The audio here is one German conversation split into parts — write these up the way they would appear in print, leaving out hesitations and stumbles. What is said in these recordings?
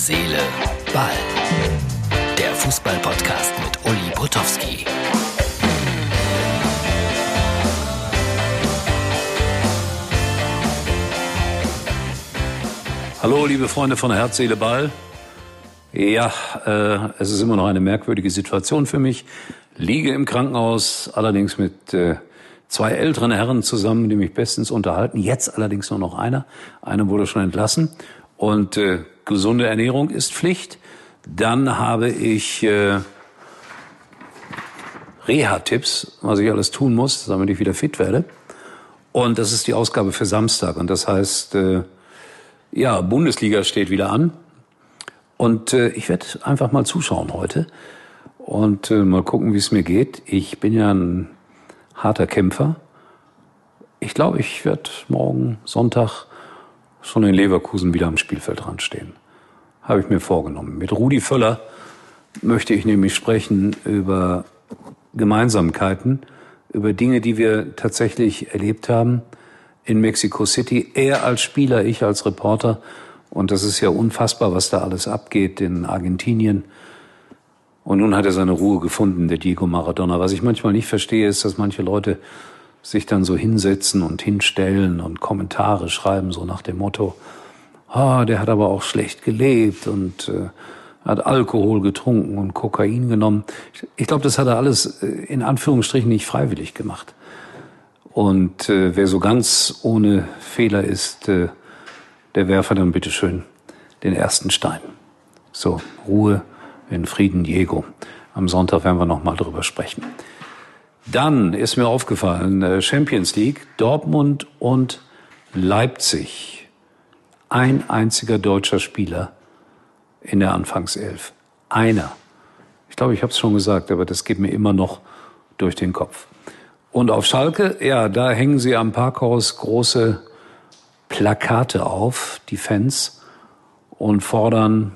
Seele, Ball. Der Fußball-Podcast mit Uli Potowski. Hallo, liebe Freunde von Herz, Seele, Ball. Ja, es ist immer noch eine merkwürdige Situation für mich. Liege im Krankenhaus, allerdings mit zwei älteren Herren zusammen, die mich bestens unterhalten. Jetzt allerdings nur noch einer. Einer wurde schon entlassen. Und gesunde Ernährung ist Pflicht. Dann habe ich Reha-Tipps, was ich alles tun muss, damit ich wieder fit werde. Und das ist die Ausgabe für Samstag. Und das heißt, Bundesliga steht wieder an. Und ich werde einfach mal zuschauen heute und mal gucken, wie es mir geht. Ich bin ja ein harter Kämpfer. Ich glaube, ich werde morgen Sonntag schon in Leverkusen wieder am Spielfeldrand stehen. Habe ich mir vorgenommen. Mit Rudi Völler möchte ich nämlich sprechen über Gemeinsamkeiten, über Dinge, die wir tatsächlich erlebt haben in Mexico City. Er als Spieler, ich als Reporter. Und das ist ja unfassbar, was da alles abgeht in Argentinien. Und nun hat er seine Ruhe gefunden, der Diego Maradona. Was ich manchmal nicht verstehe, ist, dass manche Leute sich dann so hinsetzen und hinstellen und Kommentare schreiben, so nach dem Motto, der hat aber auch schlecht gelebt und hat Alkohol getrunken und Kokain genommen. Ich glaube, das hat er alles in Anführungsstrichen nicht freiwillig gemacht. Und wer so ganz ohne Fehler ist, der werfe dann bitteschön den ersten Stein. So, Ruhe in Frieden, Diego. Am Sonntag werden wir nochmal drüber sprechen. Dann ist mir aufgefallen, Champions League, Dortmund und Leipzig. Ein einziger deutscher Spieler in der Anfangself. Einer. Ich glaube, ich habe es schon gesagt, aber das geht mir immer noch durch den Kopf. Und auf Schalke, ja, da hängen sie am Parkhaus große Plakate auf, die Fans, und fordern,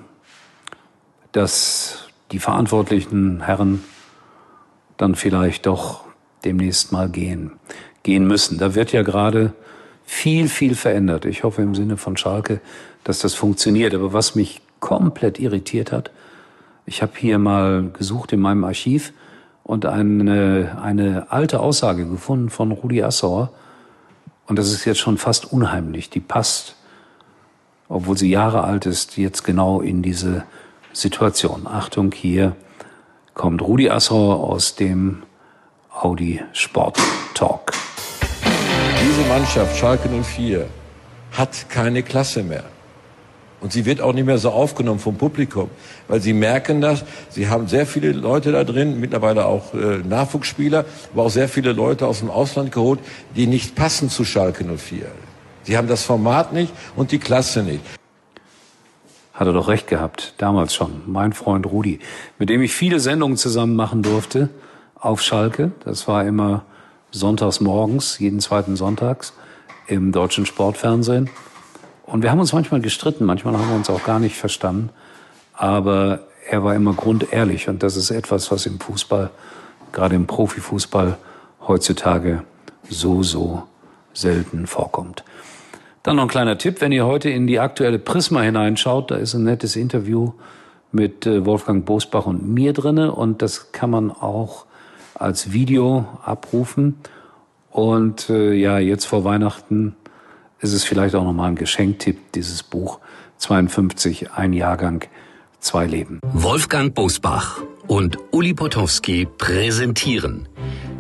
dass die verantwortlichen Herren dann vielleicht doch demnächst mal gehen müssen. Da wird ja gerade viel verändert. Ich hoffe im Sinne von Schalke, dass das funktioniert. Aber was mich komplett irritiert hat, ich habe hier mal gesucht in meinem Archiv und eine alte Aussage gefunden von Rudi Assauer. Und das ist jetzt schon fast unheimlich. Die passt, obwohl sie Jahre alt ist, jetzt genau in diese Situation. Achtung, hier kommt Rudi Assauer aus dem Audi Sport Talk. Diese Mannschaft, Schalke 04, hat keine Klasse mehr. Und sie wird auch nicht mehr so aufgenommen vom Publikum, weil sie merken das. Sie haben sehr viele Leute da drin, mittlerweile auch Nachwuchsspieler, aber auch sehr viele Leute aus dem Ausland geholt, die nicht passen zu Schalke 04. Sie haben das Format nicht und die Klasse nicht. Hat er doch recht gehabt, damals schon. Mein Freund Rudi, mit dem ich viele Sendungen zusammen machen durfte auf Schalke. Das war immer sonntags morgens, jeden zweiten Sonntags im deutschen Sportfernsehen. Und wir haben uns manchmal gestritten, manchmal haben wir uns auch gar nicht verstanden. Aber er war immer grundehrlich. Und das ist etwas, was im Fußball, gerade im Profifußball, heutzutage so selten vorkommt. Dann noch ein kleiner Tipp, wenn ihr heute in die aktuelle Prisma hineinschaut, da ist ein nettes Interview mit Wolfgang Bosbach und mir drinne. Und das kann man auch als Video abrufen. Und jetzt vor Weihnachten ist es vielleicht auch nochmal ein Geschenktipp, dieses Buch 52, ein Jahrgang, zwei Leben. Wolfgang Bosbach und Uli Potowski präsentieren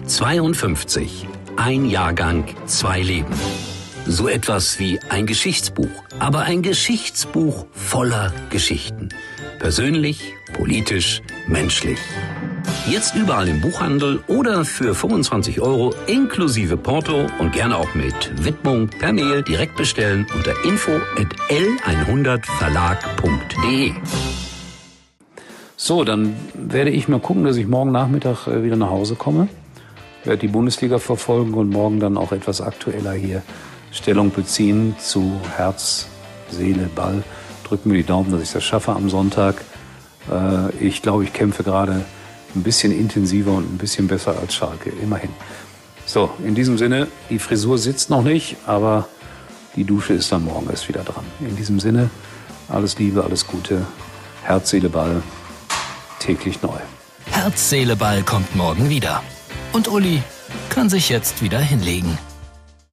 52, ein Jahrgang, zwei Leben. So etwas wie ein Geschichtsbuch, aber ein Geschichtsbuch voller Geschichten. Persönlich, politisch, menschlich. Jetzt überall im Buchhandel oder für 25 € inklusive Porto und gerne auch mit Widmung per Mail direkt bestellen unter info@l100verlag.de. So, dann werde ich mal gucken, dass ich morgen Nachmittag wieder nach Hause komme. Werde die Bundesliga verfolgen und morgen dann auch etwas aktueller hier Stellung beziehen zu Herz, Seele, Ball. Drückt mir die Daumen, dass ich das schaffe am Sonntag. Ich glaube, ich kämpfe gerade ein bisschen intensiver und ein bisschen besser als Schalke, immerhin. So, in diesem Sinne, die Frisur sitzt noch nicht, aber die Dusche ist dann morgen erst wieder dran. In diesem Sinne, Alles Liebe, alles Gute. Herz, Seele, Ball. Täglich neu. Herz, Seele, Ball kommt morgen wieder. Und Uli kann sich jetzt wieder hinlegen.